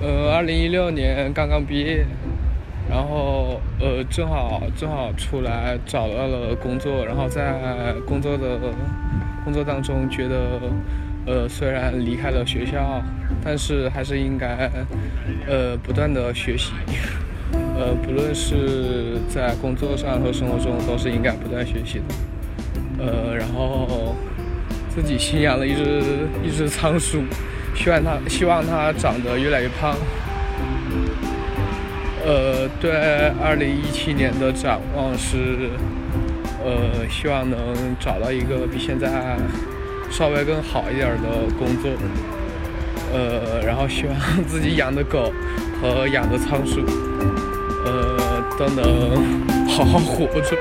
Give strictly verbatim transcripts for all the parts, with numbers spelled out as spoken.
呃，二零一六年刚刚毕业，然后呃，正好正好出来找到了工作，然后在工作的工作当中觉得，呃，虽然离开了学校，但是还是应该呃不断的学习，呃，不论是在工作上和生活中都是应该不断学习的，呃，然后自己新养了一只一只仓鼠。希望它希望它长得越来越胖。呃，对二零一七年的展望是，呃，希望能找到一个比现在稍微更好一点的工作。呃，然后希望自己养的狗和养的仓鼠，呃，都能好好活着。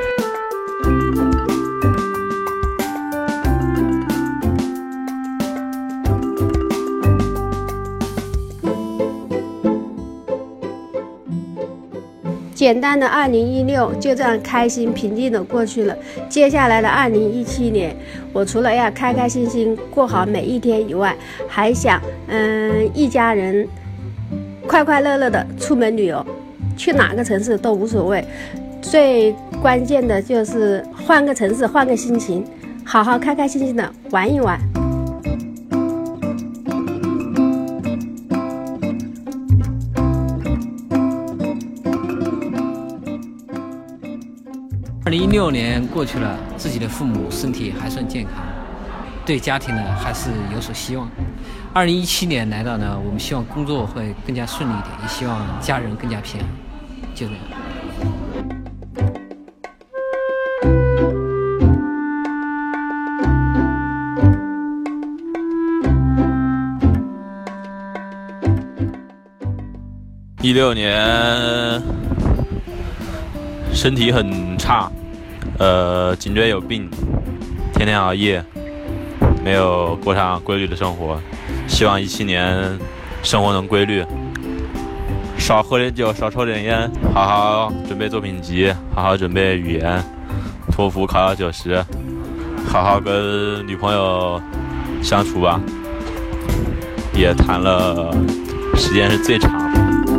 简单的二零一六就这样开心平静的过去了。接下来的二零一七年，我除了要开开心心过好每一天以外，还想嗯一家人快快乐乐的出门旅游，去哪个城市都无所谓，最关键的就是换个城市换个心情，好好开开心心的玩一玩。 二零一六年过去了，自己的父母身体还算健康，对家庭呢还是有所希望。二零一七年来到呢，我们希望工作会更加顺利一点，也希望家人更加平安，就这样。 一六年身体很差，呃，颈椎有病，天天熬夜，没有过上规律的生活。希望一七年生活能规律，少喝点酒，少抽点烟，好好准备作品集，好好准备语言，托福考到九十，好好跟女朋友相处吧。也谈了，时间是最长的。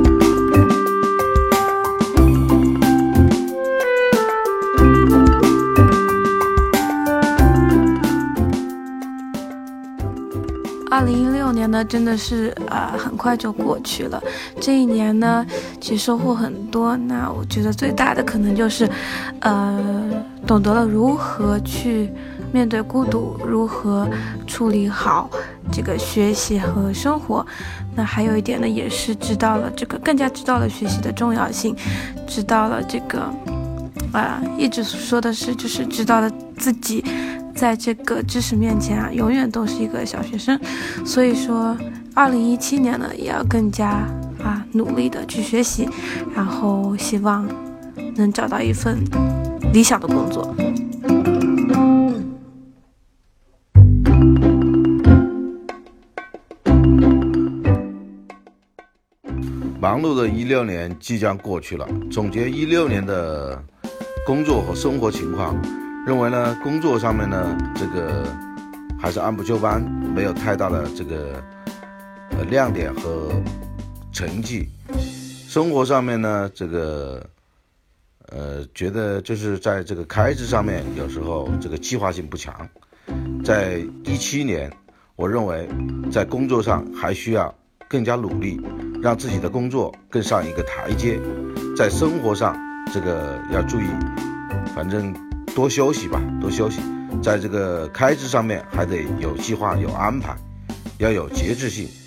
二零一六年呢，真的是啊、呃，很快就过去了。这一年呢，其实收获很多。那我觉得最大的可能就是，呃，懂得了如何去面对孤独，如何处理好这个学习和生活。那还有一点呢，也是知道了这个，更加知道了学习的重要性，知道了这个，啊、呃，一直说的是，就是知道了自己。在这个知识面前啊，永远都是一个小学生，所以说，二零一七年呢，也要更加啊努力的去学习，然后希望能找到一份理想的工作。 忙碌的一六年即将过去了，总结一六年的工作和生活情况。认为呢，工作上面呢，这个还是按部就班，没有太大的这个呃亮点和成绩。生活上面呢，这个呃觉得就是在这个开支上面，有时候这个计划性不强。在一七年，我认为在工作上还需要更加努力，让自己的工作更上一个台阶。在生活上，这个要注意，反正。多休息吧，多休息。在这个开支上面还得有计划、有安排，要有节制性。